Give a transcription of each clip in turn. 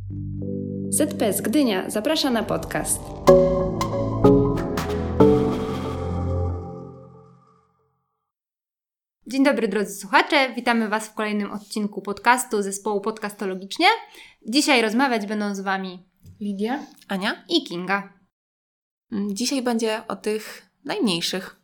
ZPS Gdynia zaprasza na podcast. Dzień dobry drodzy słuchacze, witamy Was w kolejnym odcinku podcastu zespołu Podcastologicznie. Dzisiaj rozmawiać będą z Wami Lidia, Ania i Kinga. Dzisiaj będzie o tych najmniejszych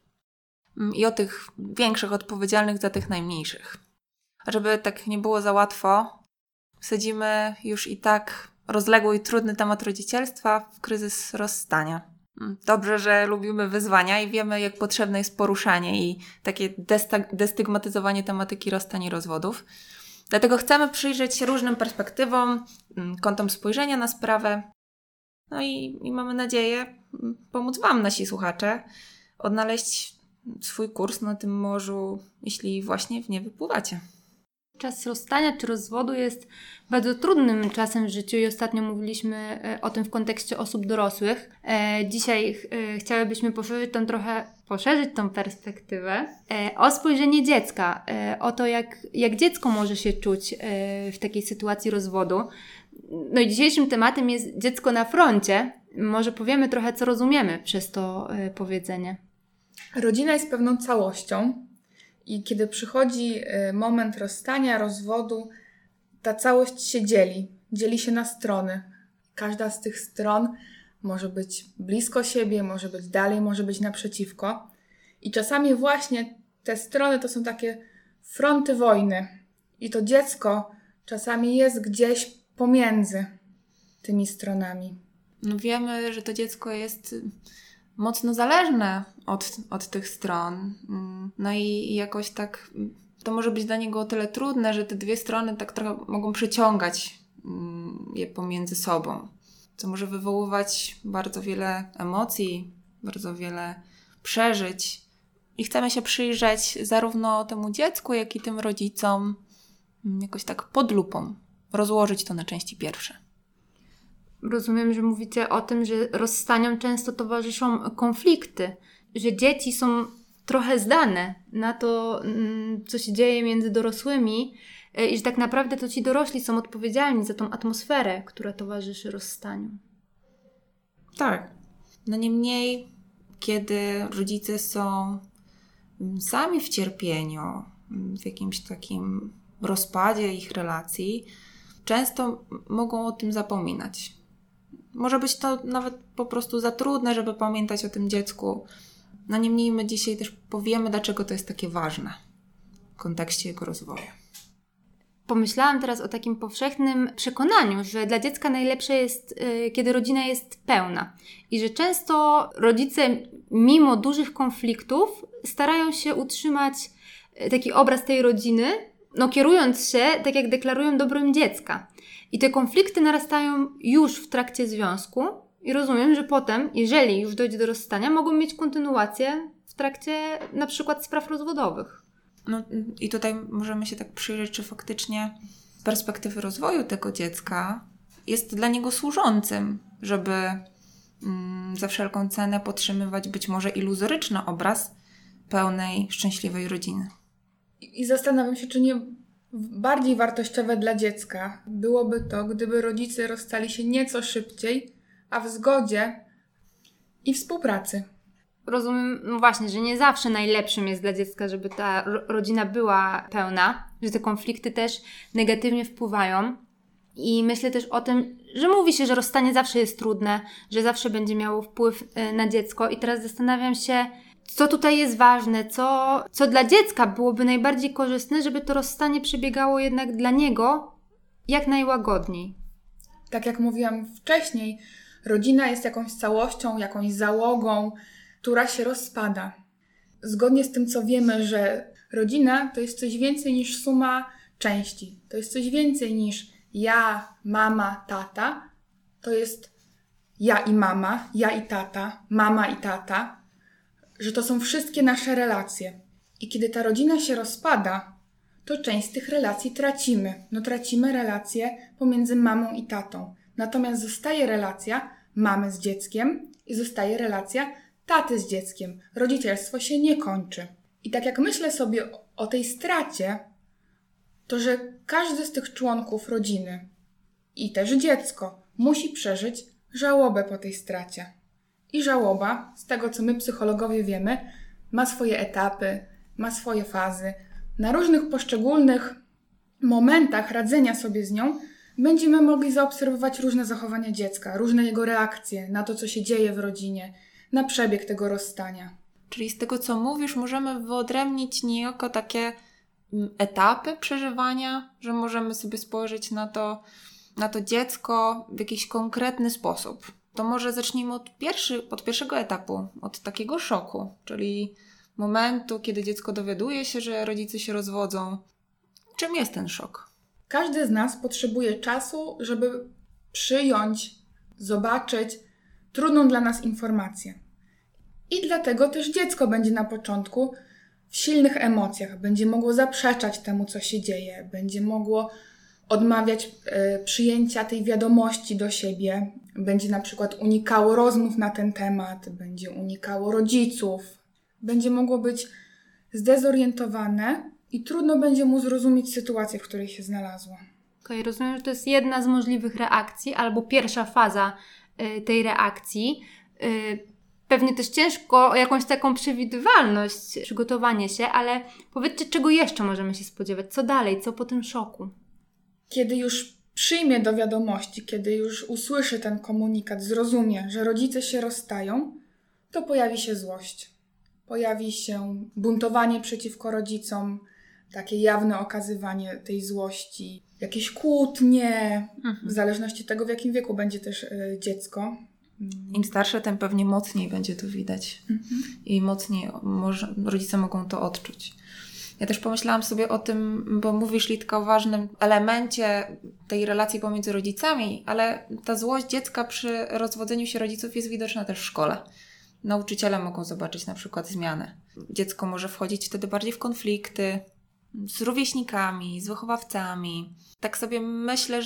i o tych większych, odpowiedzialnych za tych najmniejszych. A żeby tak nie było za łatwo, wsadzimy już i tak rozległy i trudny temat rodzicielstwa w kryzys rozstania. Dobrze, że lubimy wyzwania i wiemy, jak potrzebne jest poruszanie i takie destygmatyzowanie tematyki rozstań i rozwodów. Dlatego chcemy przyjrzeć się różnym perspektywom, kątom spojrzenia na sprawę. No i mamy nadzieję pomóc Wam, nasi słuchacze, odnaleźć swój kurs na tym morzu, jeśli właśnie w nie wypływacie. Czas rozstania czy rozwodu jest bardzo trudnym czasem w życiu i ostatnio mówiliśmy o tym w kontekście osób dorosłych. Dzisiaj chciałybyśmy poszerzyć tą perspektywę o spojrzenie dziecka, o to jak dziecko może się czuć w takiej sytuacji rozwodu. No i dzisiejszym tematem jest dziecko na froncie. Może powiemy trochę, co rozumiemy przez to powiedzenie. Rodzina jest pewną całością i kiedy przychodzi moment rozstania, rozwodu, ta całość się dzieli. Dzieli się na strony. Każda z tych stron może być blisko siebie, może być dalej, może być naprzeciwko. I czasami właśnie te strony to są takie fronty wojny. I to dziecko czasami jest gdzieś pomiędzy tymi stronami. No wiemy, że to dziecko jest mocno zależne od tych stron. No i jakoś tak to może być dla niego o tyle trudne, że te dwie strony tak trochę mogą przyciągać je pomiędzy sobą, co może wywoływać bardzo wiele emocji, bardzo wiele przeżyć. I chcemy się przyjrzeć zarówno temu dziecku, jak i tym rodzicom jakoś tak pod lupą. Rozłożyć to na części pierwsze. Rozumiem, że mówicie o tym, że rozstaniom często towarzyszą konflikty, że dzieci są trochę zdane na to, co się dzieje między dorosłymi i że tak naprawdę to ci dorośli są odpowiedzialni za tą atmosferę, która towarzyszy rozstaniu. Tak. No niemniej, kiedy rodzice są sami w cierpieniu, w jakimś takim rozpadzie ich relacji, często mogą o tym zapominać. Może być to nawet po prostu za trudne, żeby pamiętać o tym dziecku. No niemniej my dzisiaj też powiemy, dlaczego to jest takie ważne w kontekście jego rozwoju. Pomyślałam teraz o takim powszechnym przekonaniu, że dla dziecka najlepsze jest, kiedy rodzina jest pełna. I że często rodzice, mimo dużych konfliktów, starają się utrzymać taki obraz tej rodziny, kierując się, tak jak deklarują, dobrem dziecka. I te konflikty narastają już w trakcie związku i rozumiem, że potem, jeżeli już dojdzie do rozstania, mogą mieć kontynuację w trakcie na przykład spraw rozwodowych. No i tutaj możemy się tak przyjrzeć, czy faktycznie z perspektywy rozwoju tego dziecka jest dla niego służącym, żeby za wszelką cenę podtrzymywać być może iluzoryczny obraz pełnej, szczęśliwej rodziny. I zastanawiam się, czy nie bardziej wartościowe dla dziecka byłoby to, gdyby rodzice rozstali się nieco szybciej, a w zgodzie i współpracy. Rozumiem, no właśnie, że nie zawsze najlepszym jest dla dziecka, żeby ta rodzina była pełna, że te konflikty też negatywnie wpływają. I myślę też o tym, że mówi się, że rozstanie zawsze jest trudne, że zawsze będzie miało wpływ na dziecko. I teraz zastanawiam się, co tutaj jest ważne, co dla dziecka byłoby najbardziej korzystne, żeby to rozstanie przebiegało jednak dla niego jak najłagodniej. Tak jak mówiłam wcześniej, rodzina jest jakąś całością, jakąś załogą, która się rozpada. Zgodnie z tym, co wiemy, że rodzina to jest coś więcej niż suma części. To jest coś więcej niż ja, mama, tata. To jest ja i mama, ja i tata, mama i tata. Że to są wszystkie nasze relacje. I kiedy ta rodzina się rozpada, to część z tych relacji tracimy. Tracimy relacje pomiędzy mamą i tatą. Natomiast zostaje relacja mamy z dzieckiem i zostaje relacja taty z dzieckiem. Rodzicielstwo się nie kończy. I tak jak myślę sobie o tej stracie, to że każdy z tych członków rodziny I też dziecko musi przeżyć żałobę po tej stracie. I żałoba, z tego co my psychologowie wiemy, ma swoje etapy, ma swoje fazy. Na różnych poszczególnych momentach radzenia sobie z nią będziemy mogli zaobserwować różne zachowania dziecka, różne jego reakcje na to, co się dzieje w rodzinie, na przebieg tego rozstania. Czyli z tego, co mówisz, możemy wyodrębnić niejako takie etapy przeżywania, że możemy sobie spojrzeć na to dziecko w jakiś konkretny sposób. To może zacznijmy od pierwszego etapu, od takiego szoku, czyli momentu, kiedy dziecko dowiaduje się, że rodzice się rozwodzą. Czym jest ten szok? Każdy z nas potrzebuje czasu, żeby przyjąć, zobaczyć trudną dla nas informację. I dlatego też dziecko będzie na początku w silnych emocjach, będzie mogło zaprzeczać temu, co się dzieje, będzie mogło odmawiać przyjęcia tej wiadomości do siebie, będzie na przykład unikało rozmów na ten temat, będzie unikało rodziców, będzie mogło być zdezorientowane i trudno będzie mu zrozumieć sytuację, w której się znalazło. Okej, rozumiem, że to jest jedna z możliwych reakcji, albo pierwsza faza tej reakcji. Pewnie też ciężko o jakąś taką przewidywalność, przygotowanie się, ale powiedzcie, czego jeszcze możemy się spodziewać? Co dalej? Co po tym szoku? Kiedy już przyjmie do wiadomości, kiedy już usłyszy ten komunikat, zrozumie, że rodzice się rozstają, to pojawi się złość. Pojawi się buntowanie przeciwko rodzicom, takie jawne okazywanie tej złości, jakieś kłótnie, w zależności od tego, w jakim wieku będzie też dziecko. Im starsze, tym pewnie mocniej będzie to widać. I mocniej rodzice mogą to odczuć. Ja też pomyślałam sobie o tym, bo mówisz, Litka, o ważnym elemencie tej relacji pomiędzy rodzicami, ale ta złość dziecka przy rozwodzeniu się rodziców jest widoczna też w szkole. Nauczyciele mogą zobaczyć na przykład zmianę. Dziecko może wchodzić wtedy bardziej w konflikty z rówieśnikami, z wychowawcami. Tak sobie myślę,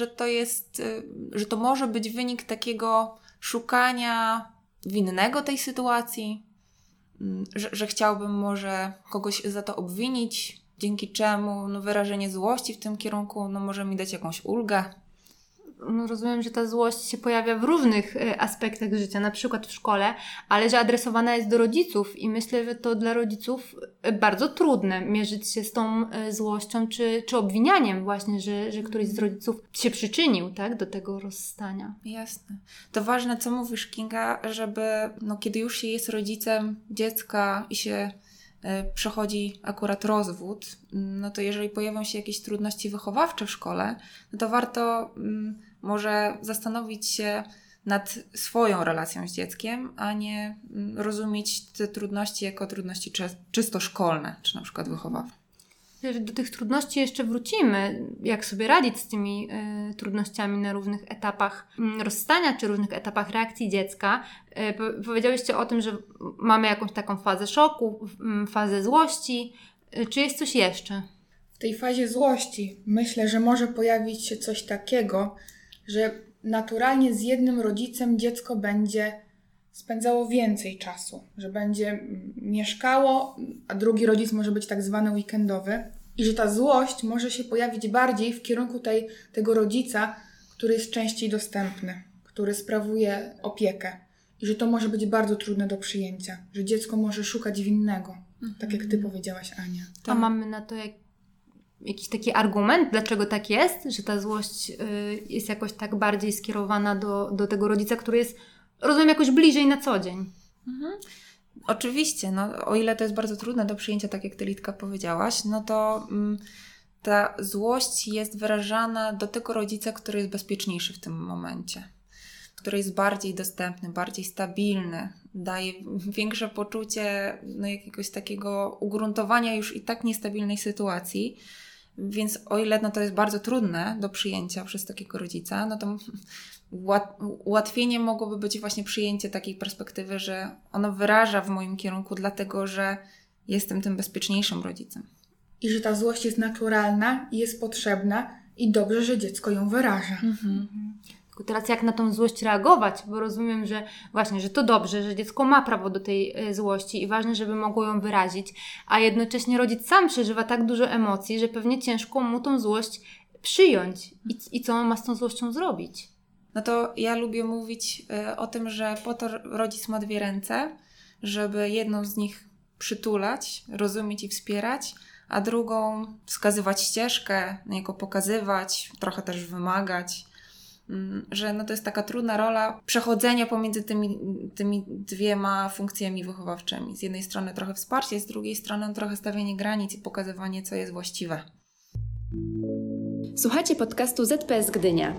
że to może być wynik takiego szukania winnego tej sytuacji, że chciałbym może kogoś za to obwinić, dzięki czemu wyrażenie złości w tym kierunku może mi dać jakąś ulgę. Rozumiem, że ta złość się pojawia w różnych aspektach życia, na przykład w szkole, ale że adresowana jest do rodziców i myślę, że to dla rodziców bardzo trudne mierzyć się z tą złością czy obwinianiem właśnie, że któryś z rodziców się przyczynił, tak, do tego rozstania. Jasne. To ważne, co mówisz, Kinga, żeby kiedy już się jest rodzicem dziecka i się przechodzi akurat rozwód, to jeżeli pojawią się jakieś trudności wychowawcze w szkole, to warto może zastanowić się nad swoją relacją z dzieckiem, a nie rozumieć te trudności jako trudności czysto szkolne, czy na przykład wychowawcze. Do tych trudności jeszcze wrócimy, jak sobie radzić z tymi trudnościami na różnych etapach rozstania, czy różnych etapach reakcji dziecka. Powiedziałyście o tym, że mamy jakąś taką fazę szoku, fazę złości. Czy jest coś jeszcze? W tej fazie złości myślę, że może pojawić się coś takiego, że naturalnie z jednym rodzicem dziecko będzie spędzało więcej czasu, że będzie mieszkało, a drugi rodzic może być tak zwany weekendowy i że ta złość może się pojawić bardziej w kierunku tego rodzica, który jest częściej dostępny, który sprawuje opiekę i że to może być bardzo trudne do przyjęcia, że dziecko może szukać winnego, tak jak Ty powiedziałaś, Ania. A mamy na to jakiś taki argument, dlaczego tak jest, że ta złość jest jakoś tak bardziej skierowana do tego rodzica, który jest, rozumiem, jakoś bliżej na co dzień. Oczywiście, o ile to jest bardzo trudne do przyjęcia, tak jak Ty, Litka, powiedziałaś, to ta złość jest wyrażana do tego rodzica, który jest bezpieczniejszy w tym momencie, który jest bardziej dostępny, bardziej stabilny, daje większe poczucie jakiegoś takiego ugruntowania już i tak niestabilnej sytuacji. Więc o ile to jest bardzo trudne do przyjęcia przez takiego rodzica, to ułatwieniem mogłoby być właśnie przyjęcie takiej perspektywy, że ono wyraża w moim kierunku dlatego, że jestem tym bezpieczniejszym rodzicem. I że ta złość jest naturalna i jest potrzebna i dobrze, że dziecko ją wyraża. Tylko teraz jak na tą złość reagować? Bo rozumiem, że właśnie, że to dobrze, że dziecko ma prawo do tej złości i ważne, żeby mogło ją wyrazić, a jednocześnie rodzic sam przeżywa tak dużo emocji, że pewnie ciężko mu tą złość przyjąć i co on ma z tą złością zrobić. No to ja lubię mówić o tym, że po to rodzic ma dwie ręce, żeby jedną z nich przytulać, rozumieć i wspierać, a drugą wskazywać ścieżkę, na niego pokazywać, trochę też wymagać. Że no to jest taka trudna rola przechodzenia pomiędzy tymi dwiema funkcjami wychowawczymi. Z jednej strony trochę wsparcie, z drugiej strony trochę stawianie granic i pokazywanie, co jest właściwe. Słuchacie podcastu ZPS Gdynia.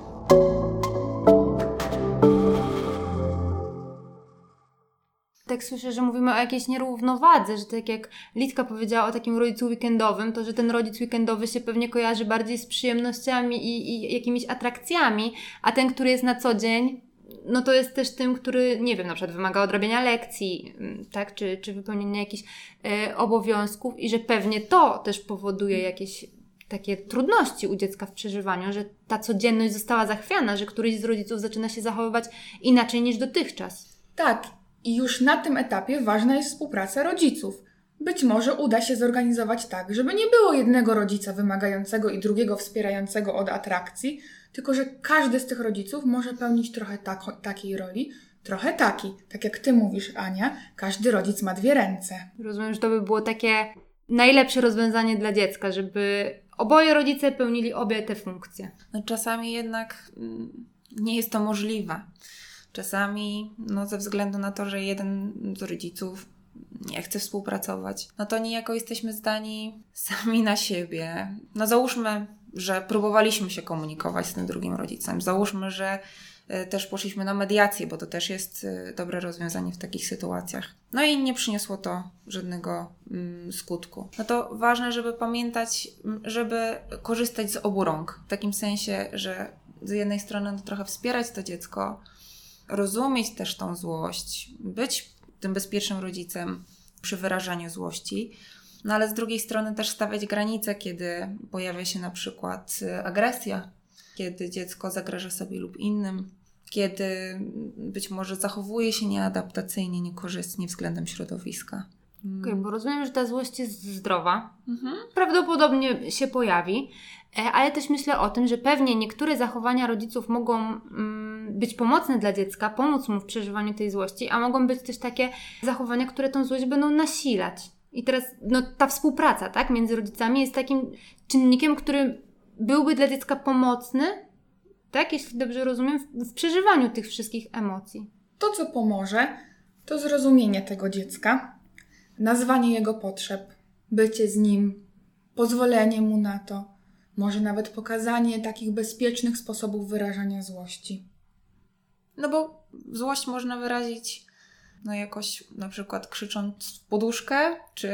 Tak słyszę, że mówimy o jakiejś nierównowadze, że tak jak Litka powiedziała o takim rodzicu weekendowym, to że ten rodzic weekendowy się pewnie kojarzy bardziej z przyjemnościami i jakimiś atrakcjami, a ten, który jest na co dzień, no to jest też tym, który, nie wiem, na przykład wymaga odrabiania lekcji, tak, czy wypełnienia jakichś obowiązków i że pewnie to też powoduje jakieś takie trudności u dziecka w przeżywaniu, że ta codzienność została zachwiana, że któryś z rodziców zaczyna się zachowywać inaczej niż dotychczas. Tak, i już na tym etapie ważna jest współpraca rodziców. Być może uda się zorganizować tak, żeby nie było jednego rodzica wymagającego i drugiego wspierającego od atrakcji, tylko że każdy z tych rodziców może pełnić trochę takiej roli, trochę takiej. Tak jak Ty mówisz, Ania, każdy rodzic ma dwie ręce. Rozumiem, że to by było takie najlepsze rozwiązanie dla dziecka, żeby oboje rodzice pełnili obie te funkcje. No, czasami jednak nie jest to możliwe. Czasami ze względu na to, że jeden z rodziców nie chce współpracować, no to niejako jesteśmy zdani sami na siebie. No załóżmy, że próbowaliśmy się komunikować z tym drugim rodzicem. Załóżmy, że też poszliśmy na mediację, bo to też jest dobre rozwiązanie w takich sytuacjach. No i nie przyniosło to żadnego skutku. No to ważne, żeby pamiętać, żeby korzystać z obu rąk. W takim sensie, że z jednej strony trochę wspierać to dziecko, rozumieć też tą złość, być tym bezpiecznym rodzicem przy wyrażaniu złości, no ale z drugiej strony też stawiać granice, kiedy pojawia się na przykład agresja, kiedy dziecko zagraża sobie lub innym, kiedy być może zachowuje się nieadaptacyjnie, niekorzystnie względem środowiska. Okay, bo rozumiem, że ta złość jest zdrowa. Prawdopodobnie się pojawi, ale też myślę o tym, że pewnie niektóre zachowania rodziców mogą być pomocne dla dziecka, pomóc mu w przeżywaniu tej złości, a mogą być też takie zachowania, które tą złość będą nasilać. I teraz ta współpraca, tak, między rodzicami jest takim czynnikiem, który byłby dla dziecka pomocny, tak, jeśli dobrze rozumiem, w przeżywaniu tych wszystkich emocji. To, co pomoże, to zrozumienie tego dziecka, nazwanie jego potrzeb, bycie z nim, pozwolenie mu na to, może nawet pokazanie takich bezpiecznych sposobów wyrażania złości. No bo złość można wyrazić jakoś na przykład krzycząc w poduszkę, czy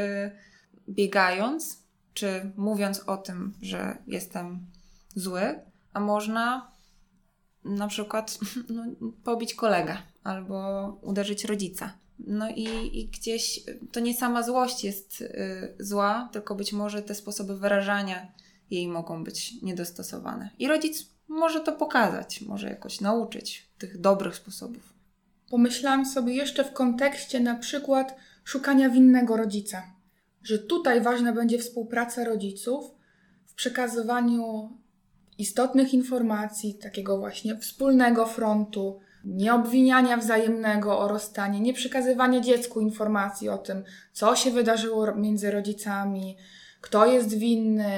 biegając, czy mówiąc o tym, że jestem zły, a można na przykład pobić kolegę albo uderzyć rodzica. No i gdzieś to nie sama złość jest zła, tylko być może te sposoby wyrażania jej mogą być niedostosowane. I rodzic może to pokazać, może jakoś nauczyć tych dobrych sposobów. Pomyślałam sobie jeszcze w kontekście na przykład szukania winnego rodzica, że tutaj ważna będzie współpraca rodziców w przekazywaniu istotnych informacji, takiego właśnie wspólnego frontu, nieobwiniania wzajemnego o rozstanie, nie przekazywanie dziecku informacji o tym, co się wydarzyło między rodzicami, kto jest winny,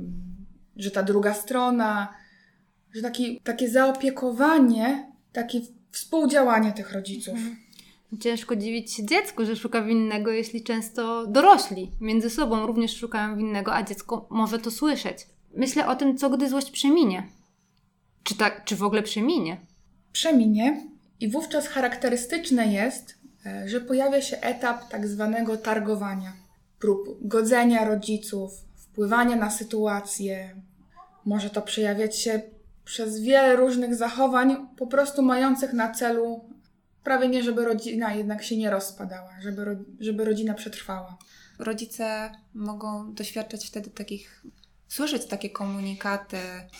że ta druga strona, że takie zaopiekowanie, takie współdziałanie tych rodziców. Ciężko dziwić się dziecku, że szuka winnego, jeśli często dorośli między sobą również szukają winnego, a dziecko może to słyszeć. Myślę o tym, co gdy złość przeminie. Czy w ogóle przeminie? Przeminie i wówczas charakterystyczne jest, że pojawia się etap tak zwanego targowania. Prób godzenia rodziców, wpływania na sytuację. Może to przejawiać się przez wiele różnych zachowań, po prostu mających na celu prawie nie, żeby rodzina jednak się nie rozpadała, żeby rodzina przetrwała. Rodzice mogą doświadczać wtedy słyszeć takie komunikaty,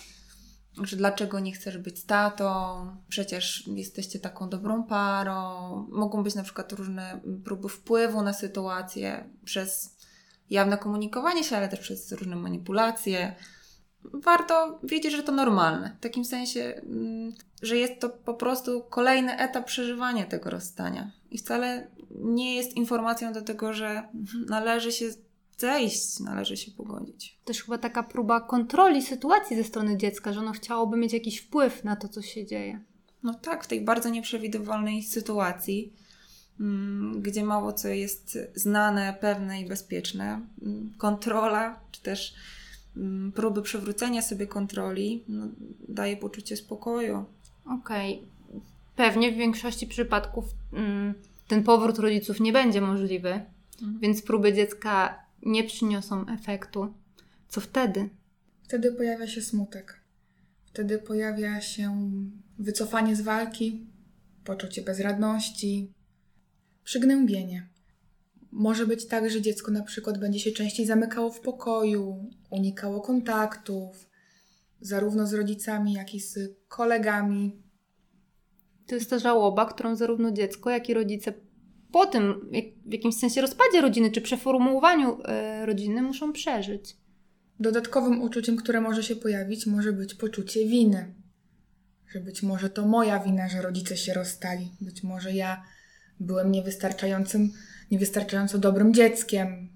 że dlaczego nie chcesz być z tatą, przecież jesteście taką dobrą parą. Mogą być na przykład różne próby wpływu na sytuację przez jawne komunikowanie się, ale też przez różne manipulacje. warto wiedzieć, że to normalne. W takim sensie, że jest to po prostu kolejny etap przeżywania tego rozstania. I wcale nie jest informacją do tego, że należy się zejść, należy się pogodzić. Też chyba taka próba kontroli sytuacji ze strony dziecka, że ono chciałoby mieć jakiś wpływ na to, co się dzieje. No tak, w tej bardzo nieprzewidywalnej sytuacji, gdzie mało co jest znane, pewne i bezpieczne, kontrola, czy też próby przywrócenia sobie kontroli daje poczucie spokoju. Okej. Pewnie w większości przypadków ten powrót rodziców nie będzie możliwy, więc próby dziecka nie przyniosą efektu. Co wtedy? Wtedy pojawia się smutek. Wtedy pojawia się wycofanie z walki, poczucie bezradności, przygnębienie. Może być tak, że dziecko na przykład będzie się częściej zamykało w pokoju, unikało kontaktów, zarówno z rodzicami, jak i z kolegami. To jest ta żałoba, którą zarówno dziecko, jak i rodzice po tym, w jakimś sensie rozpadzie rodziny, czy przeformułowaniu rodziny muszą przeżyć. Dodatkowym uczuciem, które może się pojawić, może być poczucie winy. Że być może to moja wina, że rodzice się rozstali. Być może ja byłem niewystarczająco dobrym dzieckiem.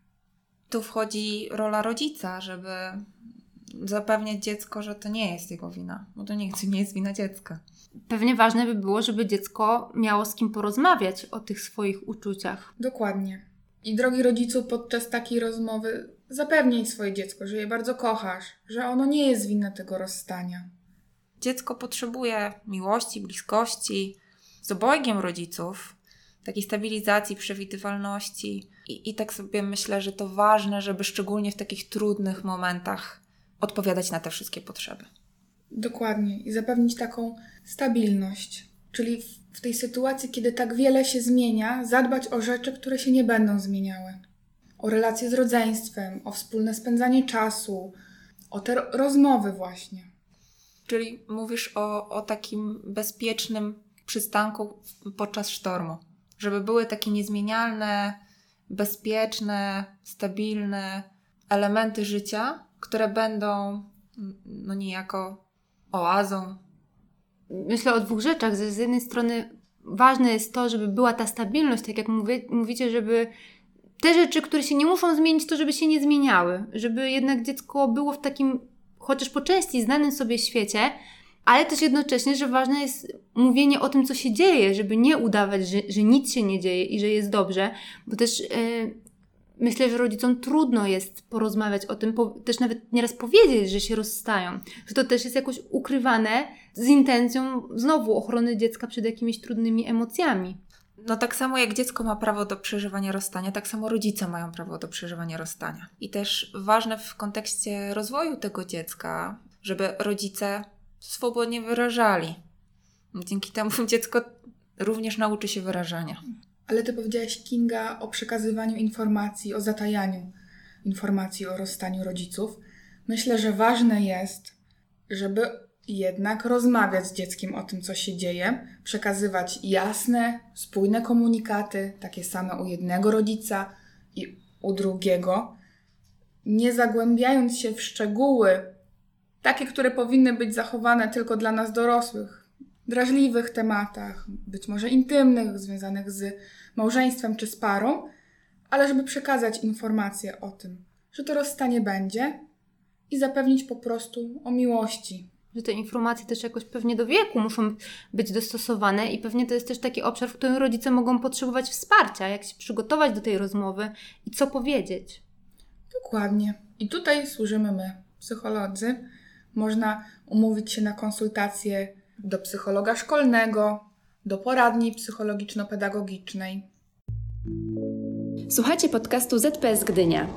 Tu wchodzi rola rodzica, żeby zapewniać dziecko, że to nie jest jego wina, bo to nie jest wina dziecka. Pewnie ważne by było, żeby dziecko miało z kim porozmawiać o tych swoich uczuciach. Dokładnie. I drogi rodzicu, podczas takiej rozmowy zapewnij swoje dziecko, że je bardzo kochasz, że ono nie jest winne tego rozstania. Dziecko potrzebuje miłości, bliskości, z obojgiem rodziców, takiej stabilizacji, przewidywalności. I tak sobie myślę, że to ważne, żeby szczególnie w takich trudnych momentach odpowiadać na te wszystkie potrzeby. Dokładnie. I zapewnić taką stabilność. Czyli w tej sytuacji, kiedy tak wiele się zmienia, zadbać o rzeczy, które się nie będą zmieniały. O relacje z rodzeństwem, o wspólne spędzanie czasu, o te rozmowy właśnie. Czyli mówisz o takim bezpiecznym przystanku podczas sztormu. Żeby były takie niezmienialne, bezpieczne, stabilne elementy życia, które będą niejako oazą. Myślę o dwóch rzeczach. Że z jednej strony ważne jest to, żeby była ta stabilność, tak jak mówicie, żeby te rzeczy, które się nie muszą zmienić, to żeby się nie zmieniały. Żeby jednak dziecko było w takim, chociaż po części znanym sobie świecie, ale też jednocześnie, że ważne jest mówienie o tym, co się dzieje, żeby nie udawać, że nic się nie dzieje i że jest dobrze, bo też myślę, że rodzicom trudno jest porozmawiać o tym, też nawet nieraz powiedzieć, że się rozstają, że to też jest jakoś ukrywane z intencją znowu ochrony dziecka przed jakimiś trudnymi emocjami. No tak samo jak dziecko ma prawo do przeżywania rozstania, tak samo rodzice mają prawo do przeżywania rozstania. I też ważne w kontekście rozwoju tego dziecka, żeby rodzice swobodnie wyrażali. Dzięki temu dziecko również nauczy się wyrażania. Ale ty powiedziałaś, Kinga, o przekazywaniu informacji, o zatajaniu informacji o rozstaniu rodziców. Myślę, że ważne jest, żeby jednak rozmawiać z dzieckiem o tym, co się dzieje, przekazywać jasne, spójne komunikaty, takie same u jednego rodzica i u drugiego, nie zagłębiając się w szczegóły, takie, które powinny być zachowane tylko dla nas dorosłych, drażliwych tematach, być może intymnych, związanych z małżeństwem czy z parą, ale żeby przekazać informacje o tym, że to rozstanie będzie i zapewnić po prostu o miłości. Że te informacje też jakoś pewnie do wieku muszą być dostosowane i pewnie to jest też taki obszar, w którym rodzice mogą potrzebować wsparcia, jak się przygotować do tej rozmowy i co powiedzieć. Dokładnie. I tutaj służymy my, psycholodzy. Można umówić się na konsultacje do psychologa szkolnego, do poradni psychologiczno-pedagogicznej. Słuchajcie podcastu ZPS Gdynia.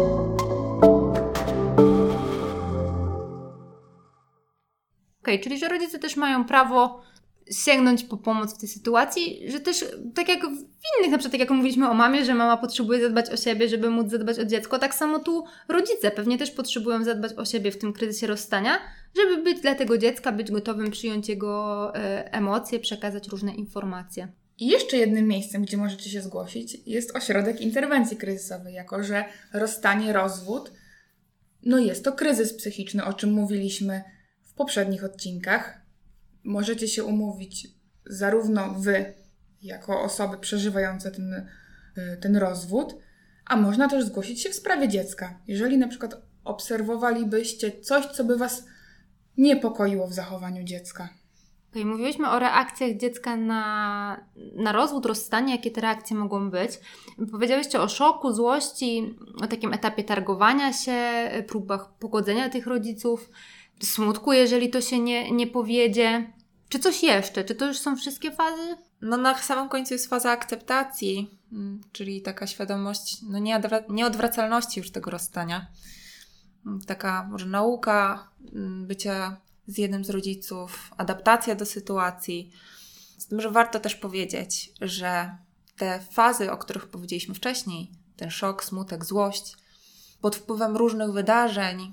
Okej, czyli że rodzice też mają prawo sięgnąć po pomoc w tej sytuacji, że też tak jak w innych, na przykład tak jak mówiliśmy o mamie, że mama potrzebuje zadbać o siebie, żeby móc zadbać o dziecko, tak samo tu rodzice pewnie też potrzebują zadbać o siebie w tym kryzysie rozstania, żeby być dla tego dziecka, być gotowym przyjąć jego emocje, przekazać różne informacje. I jeszcze jednym miejscem, gdzie możecie się zgłosić, jest Ośrodek Interwencji Kryzysowej, jako że rozstanie, rozwód No jest to kryzys psychiczny, o czym mówiliśmy w poprzednich odcinkach. Możecie się umówić zarówno wy, jako osoby przeżywające ten rozwód, a można też zgłosić się w sprawie dziecka. Jeżeli na przykład obserwowalibyście coś, co by was niepokoiło w zachowaniu dziecka. Okay, mówiłyśmy o reakcjach dziecka na rozwód, rozstanie, jakie te reakcje mogą być. Powiedziałyście o szoku, złości, o takim etapie targowania się, próbach pogodzenia tych rodziców, smutku, jeżeli to się nie powiedzie. Czy coś jeszcze? Czy to już są wszystkie fazy? No na samym końcu jest faza akceptacji, czyli taka świadomość nieodwracalności już tego rozstania. Taka może nauka bycia z jednym z rodziców, adaptacja do sytuacji. Z tym, że warto też powiedzieć, że te fazy, o których powiedzieliśmy wcześniej, ten szok, smutek, złość, pod wpływem różnych wydarzeń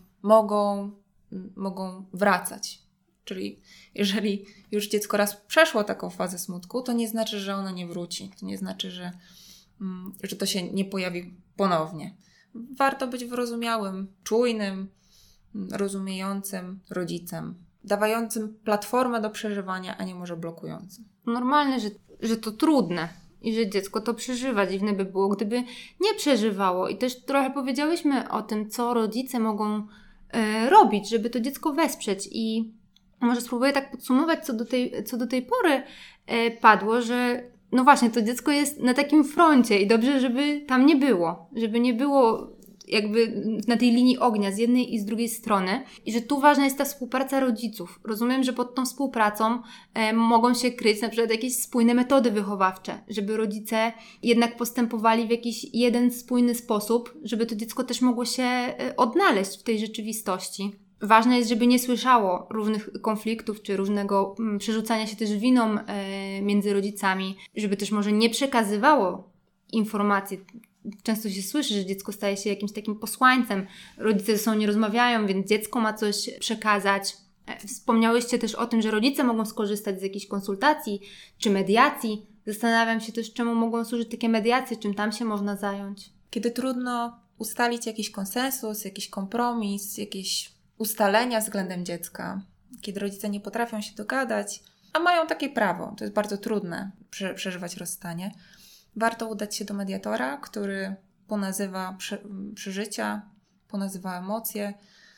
mogą wracać. Czyli jeżeli już dziecko raz przeszło taką fazę smutku, to nie znaczy, że ono nie wróci. To nie znaczy, że to się nie pojawi ponownie. Warto być wyrozumiałym, czujnym, rozumiejącym rodzicem, dawającym platformę do przeżywania, a nie może blokującym. Normalne, że to trudne i że dziecko to przeżywa. Dziwne by było, gdyby nie przeżywało. I też trochę powiedziałyśmy o tym, co rodzice mogą robić, żeby to dziecko wesprzeć. I może spróbuję tak podsumować, co do tej pory padło, że no właśnie, to dziecko jest na takim froncie i dobrze, żeby tam nie było. Żeby nie było jakby na tej linii ognia z jednej i z drugiej strony i że tu ważna jest ta współpraca rodziców. Rozumiem, że pod tą współpracą mogą się kryć na przykład jakieś spójne metody wychowawcze, żeby rodzice jednak postępowali w jakiś jeden spójny sposób, żeby to dziecko też mogło się odnaleźć w tej rzeczywistości. Ważne jest, żeby nie słyszało różnych konfliktów czy różnego przerzucania się też winą między rodzicami, żeby też może nie przekazywało informacji. Często się słyszy, że dziecko staje się jakimś takim posłańcem. Rodzice ze sobą nie rozmawiają, więc dziecko ma coś przekazać. Wspomniałyście też o tym, że rodzice mogą skorzystać z jakichś konsultacji czy mediacji. Zastanawiam się też, czemu mogą służyć takie mediacje, czym tam się można zająć. Kiedy trudno ustalić jakiś konsensus, jakiś kompromis, jakieś ustalenia względem dziecka, kiedy rodzice nie potrafią się dogadać, a mają takie prawo, to jest bardzo trudne przeżywać rozstanie, warto udać się do mediatora, który ponazywa przeżycia, ponazywa emocje,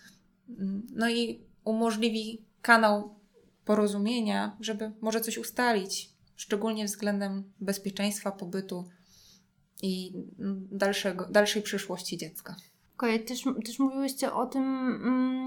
no i umożliwi kanał porozumienia, żeby może coś ustalić, szczególnie względem bezpieczeństwa pobytu i dalszej przyszłości dziecka. Okej, też mówiłyście o tym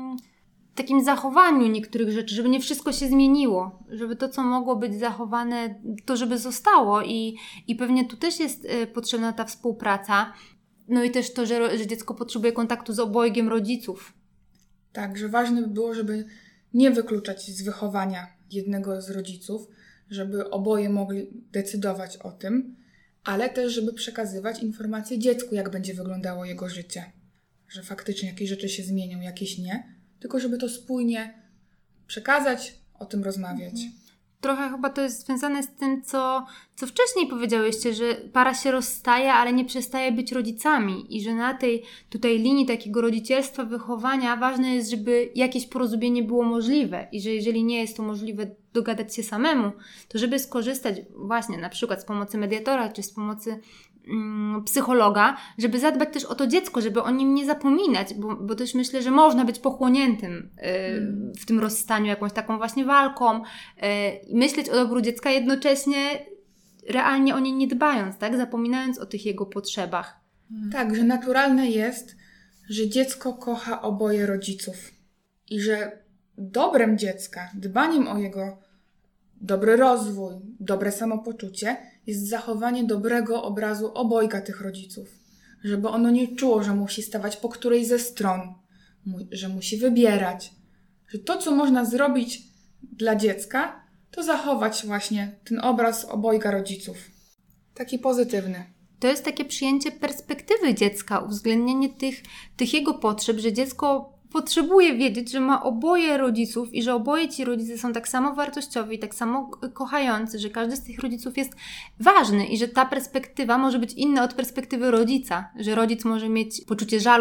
takim zachowaniu niektórych rzeczy, żeby nie wszystko się zmieniło, żeby to, co mogło być zachowane, to żeby zostało i pewnie tu też jest potrzebna ta współpraca. No i też to, że dziecko potrzebuje kontaktu z obojgiem rodziców. Tak, że ważne by było, żeby nie wykluczać z wychowania jednego z rodziców, żeby oboje mogli decydować o tym, ale też, żeby przekazywać informacje dziecku, jak będzie wyglądało jego życie. Że faktycznie jakieś rzeczy się zmienią, jakieś nie, tylko żeby to spójnie przekazać, o tym rozmawiać. Trochę chyba to jest związane z tym, co wcześniej powiedziałyście, że para się rozstaje, ale nie przestaje być rodzicami i że na tej tutaj linii takiego rodzicielstwa, wychowania ważne jest, żeby jakieś porozumienie było możliwe i że jeżeli nie jest to możliwe dogadać się samemu, to żeby skorzystać właśnie na przykład z pomocy mediatora czy z pomocy psychologa, żeby zadbać też o to dziecko, żeby o nim nie zapominać, bo też myślę, że można być pochłoniętym w tym rozstaniu jakąś taką właśnie walką, myśleć o dobru dziecka, jednocześnie realnie o nie nie dbając, tak? Zapominając o tych jego potrzebach. Tak, że naturalne jest, że dziecko kocha oboje rodziców i że dobrem dziecka, dbaniem o jego dobry rozwój, dobre samopoczucie jest zachowanie dobrego obrazu obojga tych rodziców. Żeby ono nie czuło, że musi stawać po którejś ze stron, że musi wybierać. Że to, co można zrobić dla dziecka, to zachować właśnie ten obraz obojga rodziców. Taki pozytywny. To jest takie przyjęcie perspektywy dziecka, uwzględnienie tych jego potrzeb, że dziecko potrzebuje wiedzieć, że ma oboje rodziców i że oboje ci rodzice są tak samo wartościowi, tak samo kochający, że każdy z tych rodziców jest ważny i że ta perspektywa może być inna od perspektywy rodzica, że rodzic może mieć poczucie żalu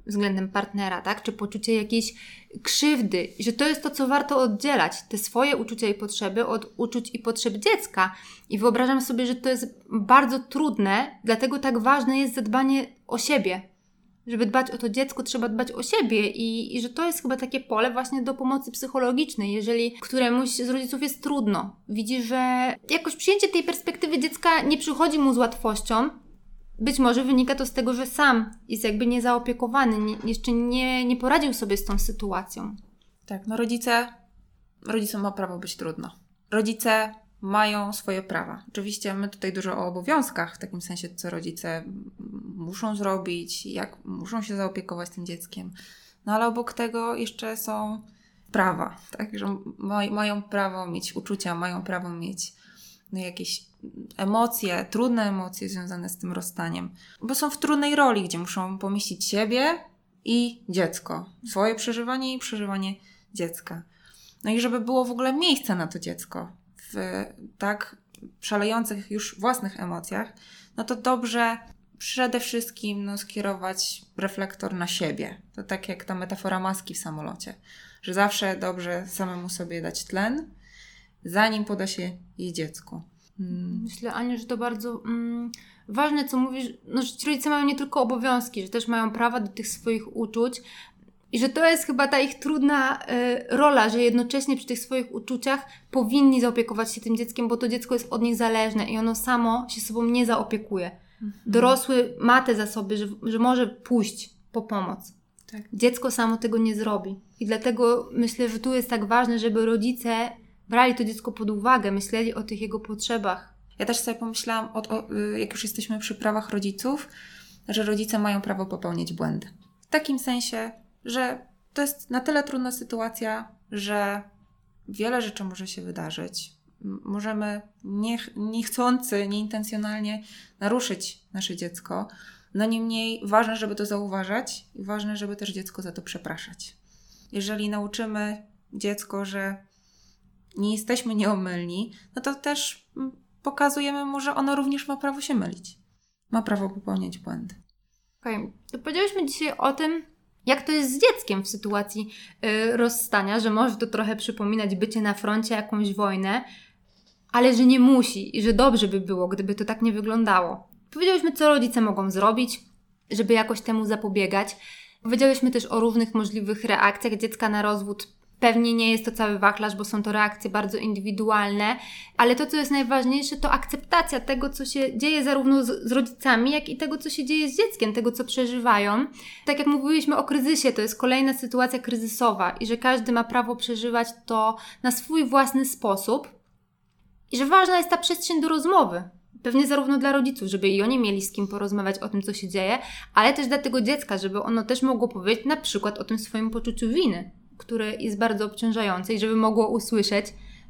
względem partnera, tak? Czy poczucie jakiejś krzywdy, że to jest to, co warto oddzielać, te swoje uczucia i potrzeby od uczuć i potrzeb dziecka. I wyobrażam sobie, że to jest bardzo trudne, dlatego tak ważne jest zadbanie o siebie. Żeby dbać o to dziecko, trzeba dbać o siebie i że to jest chyba takie pole właśnie do pomocy psychologicznej, jeżeli któremuś z rodziców jest trudno. Widzi, że jakoś przyjęcie tej perspektywy dziecka nie przychodzi mu z łatwością. Być może wynika to z tego, że sam jest jakby niezaopiekowany, jeszcze nie poradził sobie z tą sytuacją. Tak, no rodzicom ma prawo być trudno. Rodzice mają swoje prawa. Oczywiście my tutaj dużo o obowiązkach, w takim sensie, co rodzice muszą zrobić, jak muszą się zaopiekować tym dzieckiem. No ale obok tego jeszcze są prawa, tak? Że mają prawo mieć uczucia, mają prawo mieć jakieś emocje, trudne emocje związane z tym rozstaniem. Bo są w trudnej roli, gdzie muszą pomieścić siebie i dziecko. Swoje przeżywanie i przeżywanie dziecka. No i żeby było w ogóle miejsce na to dziecko w tak szalejących już własnych emocjach, no to dobrze przede wszystkim skierować reflektor na siebie. To tak jak ta metafora maski w samolocie, że zawsze dobrze samemu sobie dać tlen, zanim poda się jej dziecku. Myślę, Aniu, że to bardzo ważne, co mówisz, że ci rodzice mają nie tylko obowiązki, że też mają prawa do tych swoich uczuć i że to jest chyba ta ich trudna rola, że jednocześnie przy tych swoich uczuciach powinni zaopiekować się tym dzieckiem, bo to dziecko jest od nich zależne i ono samo się sobą nie zaopiekuje. Dorosły ma te zasoby, że może pójść po pomoc. Tak. Dziecko samo tego nie zrobi. I dlatego myślę, że tu jest tak ważne, żeby rodzice brali to dziecko pod uwagę, myśleli o tych jego potrzebach. Ja też sobie pomyślałam, jak już jesteśmy przy prawach rodziców, że rodzice mają prawo popełnić błędy. W takim sensie, że to jest na tyle trudna sytuacja, że wiele rzeczy może się wydarzyć. Możemy niechcący, nieintencjonalnie naruszyć nasze dziecko. No niemniej ważne, żeby to zauważać i ważne, żeby też dziecko za to przepraszać. Jeżeli nauczymy dziecko, że nie jesteśmy nieomylni, no to też pokazujemy mu, że ono również ma prawo się mylić. Ma prawo popełniać błędy. Okej. To powiedziałyśmy dzisiaj o tym, jak to jest z dzieckiem w sytuacji rozstania, że może to trochę przypominać bycie na froncie, jakąś wojnę, ale że nie musi i że dobrze by było, gdyby to tak nie wyglądało. Powiedziałyśmy, co rodzice mogą zrobić, żeby jakoś temu zapobiegać. Powiedziałyśmy też o różnych możliwych reakcjach dziecka na rozwód. Pewnie nie jest to cały wachlarz, bo są to reakcje bardzo indywidualne, ale to, co jest najważniejsze, to akceptacja tego, co się dzieje zarówno z rodzicami, jak i tego, co się dzieje z dzieckiem, tego, co przeżywają. Tak jak mówiliśmy o kryzysie, to jest kolejna sytuacja kryzysowa i że każdy ma prawo przeżywać to na swój własny sposób i że ważna jest ta przestrzeń do rozmowy. Pewnie zarówno dla rodziców, żeby i oni mieli z kim porozmawiać o tym, co się dzieje, ale też dla tego dziecka, żeby ono też mogło powiedzieć na przykład o tym swoim poczuciu winy, które jest bardzo obciążające i żeby mogło usłyszeć,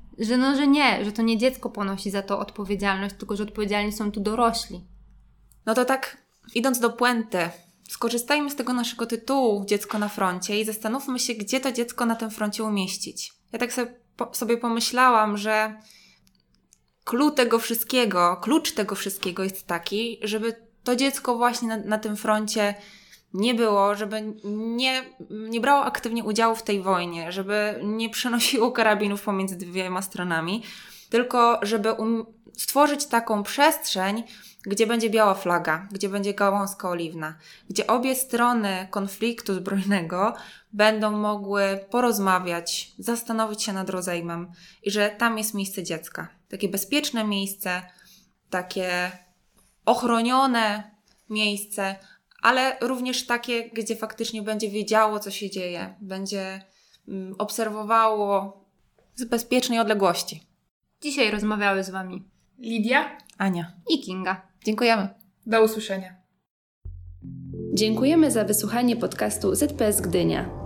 że to nie dziecko ponosi za to odpowiedzialność, tylko że odpowiedzialni są tu dorośli. No to tak, idąc do puenty, skorzystajmy z tego naszego tytułu Dziecko na froncie i zastanówmy się, gdzie to dziecko na tym froncie umieścić. Ja tak sobie pomyślałam, że klucz tego wszystkiego jest taki, żeby to dziecko właśnie na tym froncie nie było, żeby nie brało aktywnie udziału w tej wojnie, żeby nie przenosiło karabinów pomiędzy dwiema stronami, tylko żeby stworzyć taką przestrzeń, gdzie będzie biała flaga, gdzie będzie gałązka oliwna, gdzie obie strony konfliktu zbrojnego będą mogły porozmawiać, zastanowić się nad rozejmem i że tam jest miejsce dziecka. Takie bezpieczne miejsce, takie ochronione miejsce, ale również takie, gdzie faktycznie będzie wiedziało, co się dzieje, będzie obserwowało z bezpiecznej odległości. Dzisiaj rozmawiały z Wami Lidia, Ania i Kinga. Dziękujemy. do usłyszenia. Dziękujemy za wysłuchanie podcastu ZPS Gdynia.